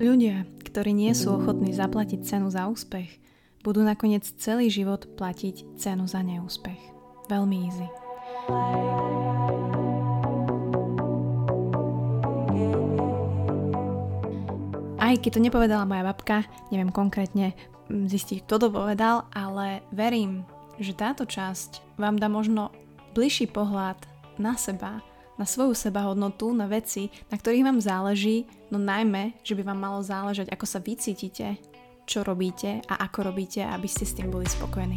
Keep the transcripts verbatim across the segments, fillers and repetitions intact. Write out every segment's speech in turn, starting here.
Ľudia, ktorí nie sú ochotní zaplatiť cenu za úspech, budú nakoniec celý život platiť cenu za neúspech. Veľmi easy. Aj keď to nepovedala moja babka, neviem konkrétne zistiť, kto to povedal, ale verím, že táto časť vám dá možno bližší pohľad na seba, na svoju sebahodnotu, na veci, na ktorých vám záleží, no najmä, že by vám malo záležať, ako sa vy cítite, čo robíte a ako robíte, aby ste s tým boli spokojní.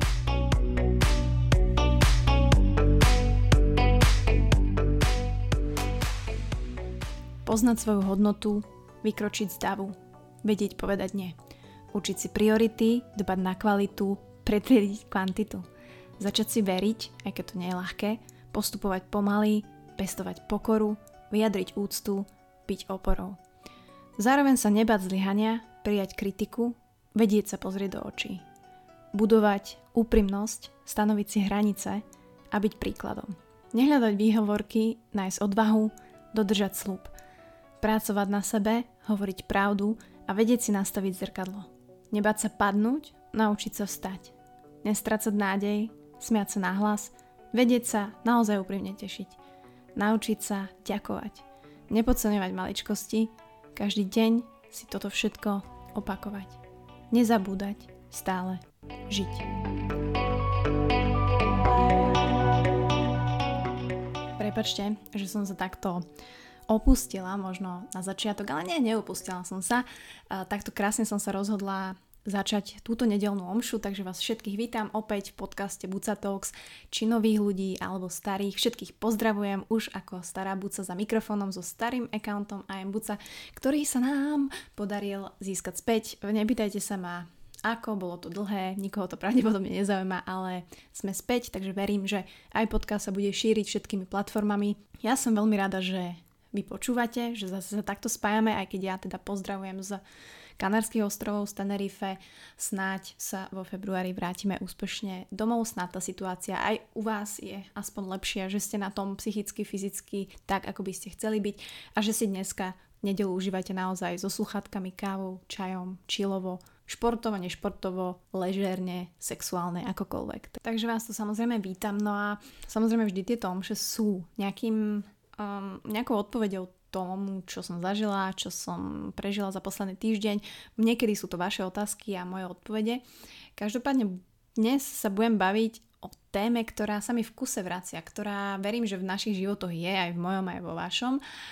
Poznať svoju hodnotu, vykročiť z davu, vedieť povedať nie, učiť si priority, dbať na kvalitu, pretriediť kvantitu, začať si veriť, aj keď to nie je ľahké, postupovať pomaly, pestovať pokoru, vyjadriť úctu, byť oporou. Zároveň sa nebáť zlyhania, prijať kritiku, vedieť sa pozrieť do očí. Budovať úprimnosť, stanoviť si hranice a byť príkladom. Nehľadať výhovorky, nájsť odvahu, dodržať sľub. Pracovať na sebe, hovoriť pravdu a vedieť si nastaviť zrkadlo. Nebáť sa padnúť, naučiť sa vstať. Nestrácať nádej, smiať sa nahlas, vedieť sa naozaj úprimne tešiť. Naučiť sa ďakovať. Nepodceňovať maličkosti, každý deň si toto všetko opakovať. Nezabúdať, stále žiť. Prepáčte, že som sa takto opustila možno na začiatok, ale nie, neopustila som sa. Takto krásne som sa rozhodla začať túto nedeľnú omšu, takže vás všetkých vítam opäť v podcaste Buca Talks, či nových ľudí alebo starých. Všetkých pozdravujem už ako stará Buca za mikrofónom so starým accountom I am Buca, ktorý sa nám podaril získať späť. Nepýtajte sa ma, ako, bolo to dlhé, nikoho to pravdepodobne nezaujíma, ale sme späť, takže verím, že aj podcast sa bude šíriť všetkými platformami. Ja som veľmi rada, že vy počúvate, že zase sa takto spájame, aj keď ja teda pozdravujem z Kanárskych ostrovov, z Tenerife. Snáď sa vo februári vrátime úspešne domov, snáď tá situácia aj u vás je aspoň lepšia, že ste na tom psychicky, fyzicky tak, ako by ste chceli byť a že si dneska nedeľu užívate naozaj so sluchátkami, kávou, čajom, chillovo, športovo, nešportovo, ležérne, sexuálne, akokoľvek. Takže vás tu samozrejme vítam, no a samozrejme vždy tieto omše sú nejakým, um, nejakou odpoveďou tomu, čo som zažila, čo som prežila za posledný týždeň. Niekedy sú to vaše otázky a moje odpovede. Každopádne dnes sa budem baviť o téme, ktorá sa mi v kuse vracia, ktorá verím, že v našich životoch je aj v mojom, aj vo vašom.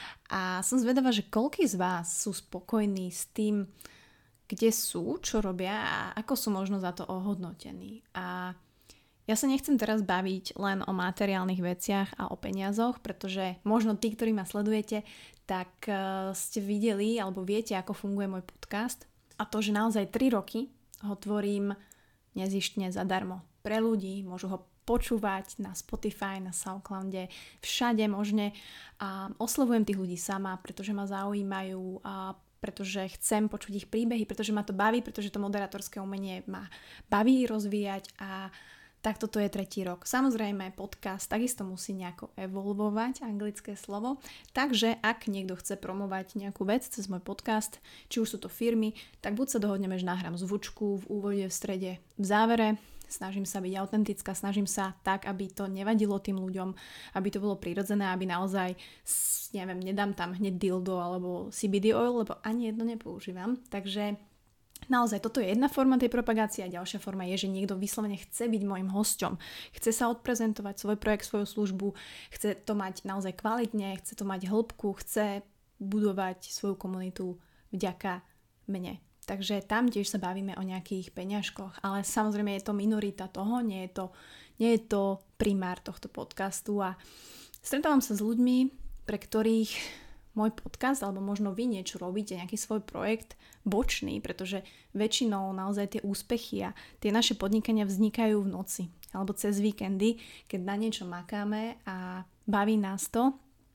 A som zvedavá, že koľký z vás sú spokojní s tým, kde sú, čo robia a ako sú možno za to ohodnotení. A ja sa nechcem teraz baviť len o materiálnych veciach a o peniazoch, pretože možno tí, ktorí ma sledujete, tak uh, ste videli alebo viete, ako funguje môj podcast. A to, že naozaj tri roky ho tvorím nezištne zadarmo. Pre ľudí môžu ho počúvať na Spotify, na Soundcloude, všade možne. A oslovujem tých ľudí sama, pretože ma zaujímajú a pretože chcem počuť ich príbehy, pretože ma to baví, pretože to moderátorské umenie ma baví rozvíjať a tak toto je tretí rok. Samozrejme, podcast takisto musí nejako evolvovať, anglické slovo. Takže ak niekto chce promovať nejakú vec cez môj podcast, či už sú to firmy, tak buď sa dohodneme, že nahrám zvučku v úvode, v strede, v závere. Snažím sa byť autentická, snažím sa tak, aby to nevadilo tým ľuďom, aby to bolo prirodzené, aby naozaj, neviem, nedám tam hneď dildo alebo C B D oil, lebo ani jedno nepoužívam. Takže naozaj, toto je jedna forma tej propagácie a ďalšia forma je, že niekto vyslovene chce byť môjim hosťom. Chce sa odprezentovať svoj projekt, svoju službu, chce to mať naozaj kvalitne, chce to mať hĺbku, chce budovať svoju komunitu vďaka mne. Takže tam tiež sa bavíme o nejakých peňažkoch, ale samozrejme je to minorita toho, nie je to, nie je to primár tohto podcastu a stretávam sa s ľuďmi, pre ktorých môj podcast, alebo možno vy niečo robíte, nejaký svoj projekt bočný, pretože väčšinou naozaj tie úspechy a tie naše podnikania vznikajú v noci alebo cez víkendy, keď na niečo makáme a baví nás to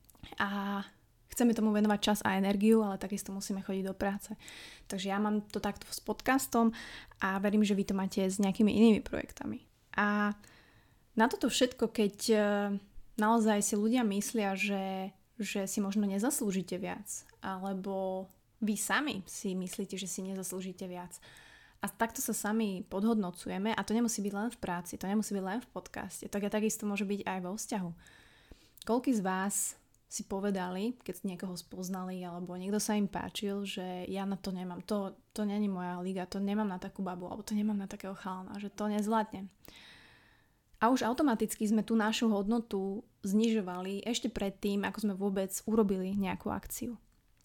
a chceme tomu venovať čas a energiu, ale takisto musíme chodiť do práce. Takže ja mám to takto s podcastom a verím, že vy to máte s nejakými inými projektami. A na toto všetko, keď naozaj si ľudia myslia, že že si možno nezaslúžite viac, alebo vy sami si myslíte, že si nezaslúžite viac. A takto sa sami podhodnocujeme a to nemusí byť len v práci, to nemusí byť len v podcaste, tak a takisto môže byť aj vo vzťahu. Koľký z vás si povedali, keď niekoho spoznali alebo niekto sa im páčil, že ja na to nemám, to, to není moja liga, to nemám na takú babu alebo to nemám na takého chalana, že to nezvládnem. A už automaticky sme tú našu hodnotu znižovali ešte predtým, ako sme vôbec urobili nejakú akciu.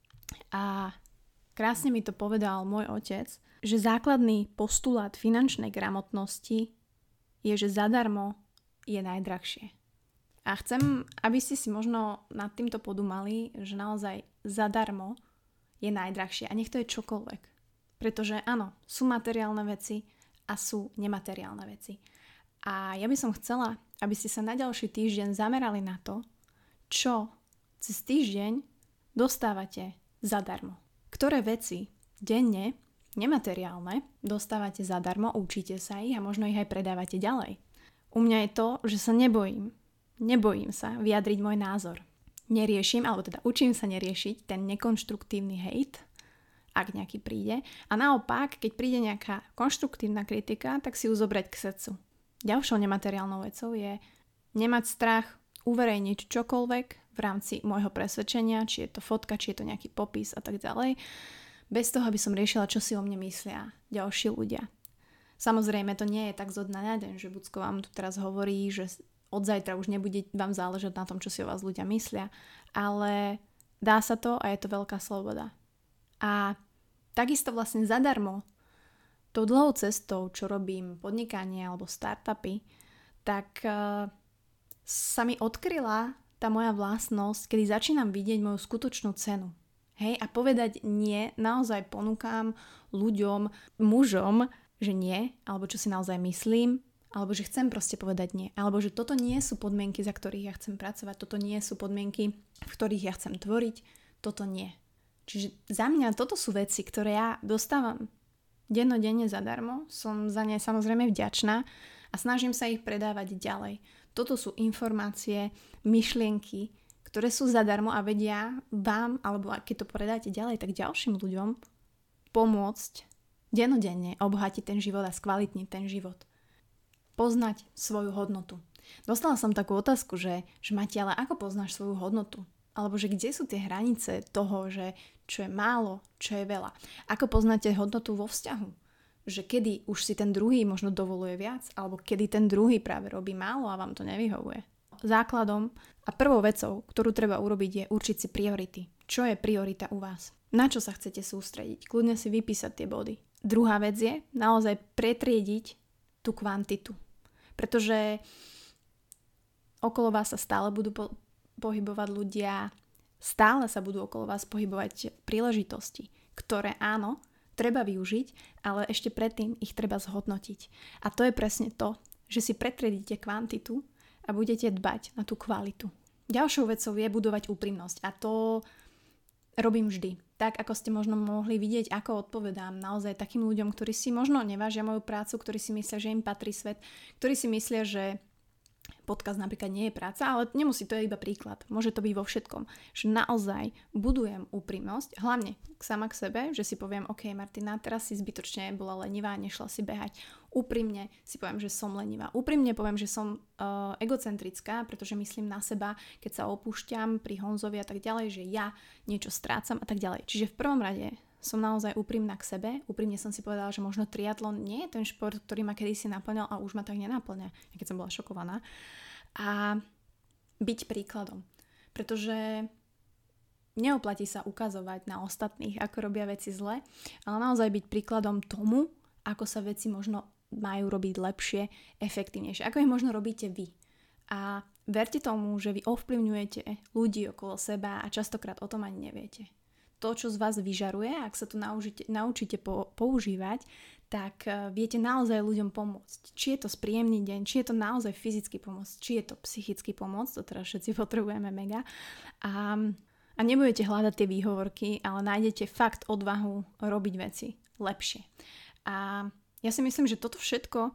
A krásne mi to povedal môj otec, že základný postulát finančnej gramotnosti je, že zadarmo je najdrahšie. A chcem, aby ste si možno nad týmto podumali, že naozaj zadarmo je najdrahšie. A nech to je čokoľvek. Pretože áno, sú materiálne veci a sú nemateriálne veci. A ja by som chcela, aby ste sa na ďalší týždeň zamerali na to, čo cez týždeň dostávate zadarmo. Ktoré veci denne nemateriálne dostávate zadarmo, učíte sa ich a možno ich aj predávate ďalej. U mňa je to, že sa nebojím. Nebojím sa vyjadriť môj názor. Neriešim, alebo teda učím sa neriešiť ten nekonštruktívny hejt, ak nejaký príde. A naopak, keď príde nejaká konštruktívna kritika, tak si ju zobrať k srdcu. Ďalšou nemateriálnou vecou je nemať strach uverejniť čokoľvek v rámci môjho presvedčenia, či je to fotka, či je to nejaký popis a tak ďalej. Bez toho, aby som riešila, čo si o mne myslia ďalší ľudia. Samozrejme, to nie je tak zo dňa na deň, že Bucko vám tu teraz hovorí, že od zajtra už nebude vám záležať na tom, čo si o vás ľudia myslia, ale dá sa to a je to veľká sloboda. A takisto vlastne zadarmo, tou dlhou cestou, čo robím podnikanie alebo startupy, tak uh, sa mi odkryla tá moja vlastnosť, kedy začínam vidieť moju skutočnú cenu. Hej, a povedať nie, naozaj ponúkam ľuďom, mužom, že nie, alebo čo si naozaj myslím, alebo že chcem proste povedať nie, alebo že toto nie sú podmienky, za ktorých ja chcem pracovať, toto nie sú podmienky, v ktorých ja chcem tvoriť, toto nie. Čiže za mňa toto sú veci, ktoré ja dostávam dennodenne zadarmo, som za ne samozrejme vďačná a snažím sa ich predávať ďalej. Toto sú informácie, myšlienky, ktoré sú zadarmo a vedia vám, alebo keď to predáte ďalej, tak ďalším ľuďom pomôcť dennodenne obohatiť ten život a skvalitniť ten život. Poznať svoju hodnotu. Dostala som takú otázku, že, že Mati, ale ako poznáš svoju hodnotu? Alebo že kde sú tie hranice toho, že čo je málo, čo je veľa? Ako poznáte hodnotu vo vzťahu? Že kedy už si ten druhý možno dovoluje viac, alebo kedy ten druhý práve robí málo a vám to nevyhovuje? Základom a prvou vecou, ktorú treba urobiť, je určiť si priority. Čo je priorita u vás? Na čo sa chcete sústrediť? Kľudne si vypísať tie body. Druhá vec je naozaj pretriediť tú kvantitu. Pretože okolo vás sa stále budú po- pohybovať ľudia, stále sa budú okolo vás pohybovať príležitosti, ktoré áno, treba využiť, ale ešte predtým ich treba zhodnotiť. A to je presne to, že si pretriedite kvantitu a budete dbať na tú kvalitu. Ďalšou vecou je budovať úprimnosť a to robím vždy. Tak, ako ste možno mohli vidieť, ako odpovedám naozaj takým ľuďom, ktorí si možno nevážia moju prácu, ktorí si myslia, že im patrí svet, ktorí si myslia, že podcast napríklad nie je práca, ale nemusí, to je iba príklad. Môže to byť vo všetkom. Že naozaj budujem úprimnosť, hlavne sama k sebe, že si poviem, ok Martina, teraz si zbytočne bola lenivá, nešla si behať. Úprimne si poviem, že som lenivá. Úprimne poviem, že som uh, egocentrická, pretože myslím na seba, keď sa opúšťam pri Honzovi a tak ďalej, že ja niečo strácam a tak ďalej. Čiže v prvom rade som naozaj úprimná k sebe. Úprimne som si povedala, že možno triatlon nie je ten šport, ktorý ma kedysi naplňal a už ma tak nenaplňa, keď som bola šokovaná. A byť príkladom. Pretože neoplatí sa ukazovať na ostatných, ako robia veci zle, ale naozaj byť príkladom tomu, ako sa veci možno majú robiť lepšie, efektívnejšie. Ako ich možno robíte vy. A verte tomu, že vy ovplyvňujete ľudí okolo seba a častokrát o tom ani neviete. To, čo z vás vyžaruje, ak sa to naučíte, naučíte po, používať, tak uh, viete naozaj ľuďom pomôcť. Či je to spríjemný deň, či je to naozaj fyzicky pomôcť, či je to psychicky pomôcť, to teraz všetci potrebujeme mega. A, a nebudete hľadať tie výhovorky, ale nájdete fakt odvahu robiť veci lepšie. A ja si myslím, že toto všetko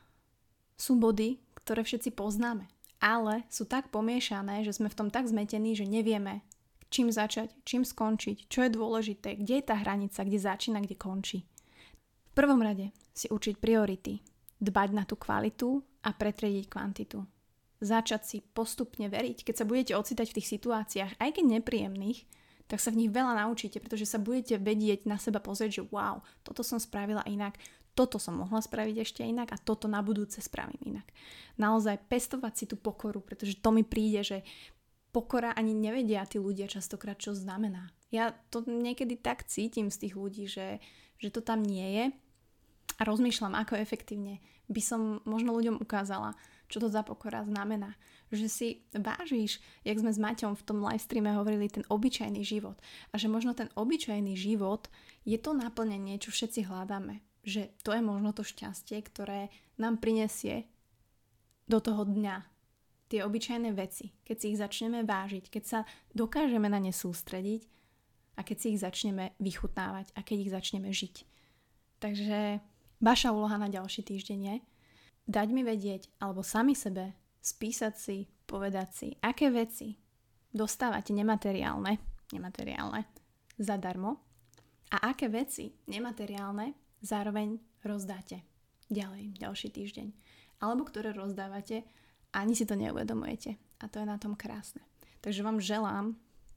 sú body, ktoré všetci poznáme. Ale sú tak pomiešané, že sme v tom tak zmetení, že nevieme, čím začať, čím skončiť, čo je dôležité, kde je tá hranica, kde začína, kde končí. V prvom rade si určiť priority, dbať na tú kvalitu a pretriediť kvantitu. Začať si postupne veriť, keď sa budete ocitať v tých situáciách, aj keď nepríjemných, tak sa v nich veľa naučíte, pretože sa budete vedieť na seba pozrieť, že wow, toto som spravila inak, toto som mohla spraviť ešte inak a toto na budúce spravím inak. Naozaj pestovať si tú pokoru, pretože to mi príde, že pokora ani nevedia tí ľudia častokrát, čo znamená. Ja to niekedy tak cítim z tých ľudí, že, že to tam nie je a rozmýšľam, ako efektívne by som možno ľuďom ukázala, čo to za pokora znamená. Že si vážiš, jak sme s Maťom v tom livestreame hovorili, ten obyčajný život. A že možno ten obyčajný život je to naplnenie, čo všetci hľadáme. Že to je možno to šťastie, ktoré nám prinesie do toho dňa tie obyčajné veci. Keď si ich začneme vážiť, keď sa dokážeme na ne sústrediť a keď si ich začneme vychutnávať a keď ich začneme žiť. Takže vaša úloha na ďalší týždeň je dať mi vedieť, alebo sami sebe spísať si, povedať si, aké veci dostávate nemateriálne, nemateriálne zadarmo a aké veci nemateriálne zároveň rozdáte ďalej, ďalší týždeň. Alebo ktoré rozdávate a ani si to neuvedomujete. A to je na tom krásne. Takže vám želám,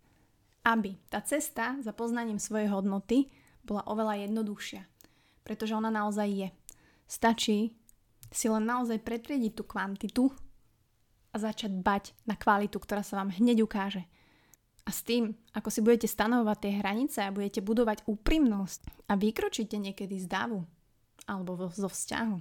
aby tá cesta za poznaním svojej hodnoty bola oveľa jednoduchšia. Pretože ona naozaj je. Stačí si len naozaj pretriediť tú kvantitu a začať bať na kvalitu, ktorá sa vám hneď ukáže. A s tým, ako si budete stanovovať tie hranice a budete budovať úprimnosť a vykročíte niekedy z davu alebo zo vzťahu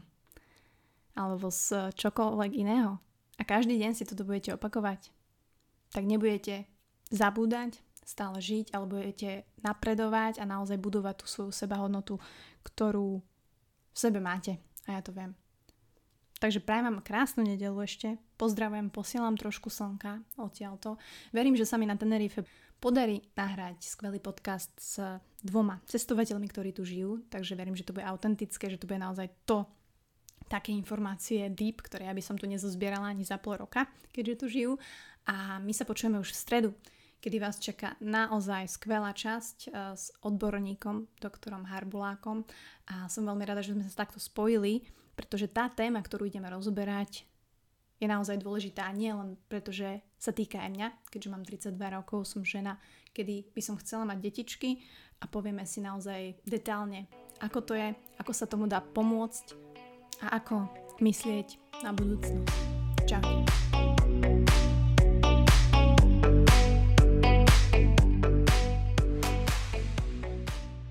alebo z čokoľvek iného a každý deň si toto budete opakovať, tak nebudete zabúdať, stále žiť, ale budete napredovať a naozaj budovať tú svoju sebahodnotu, ktorú v sebe máte. A ja to viem. Takže prajem vám krásnu nedeľu ešte. Pozdravujem, posielam trošku slnka odtiaľto. Verím, že sa mi na Tenerife podarí nahrať skvelý podcast s dvoma cestovateľmi, ktorí tu žijú. Takže verím, že to bude autentické, že to bude naozaj to, také informácie deep, ktoré ja by som tu nezozbierala ani za pol roka, keďže tu žijú. A my sa počujeme už v stredu, kedy vás čaká naozaj skvelá časť s odborníkom, doktorom Harbulákom. A som veľmi rada, že sme sa takto spojili, pretože tá téma, ktorú ideme rozoberať, je naozaj dôležitá. Nie len preto, že sa týka aj mňa, keďže mám tridsaťdva rokov, som žena, kedy by som chcela mať detičky a povieme si naozaj detálne, ako to je, ako sa tomu dá pomôcť a ako myslieť na budúcnosť. Čau.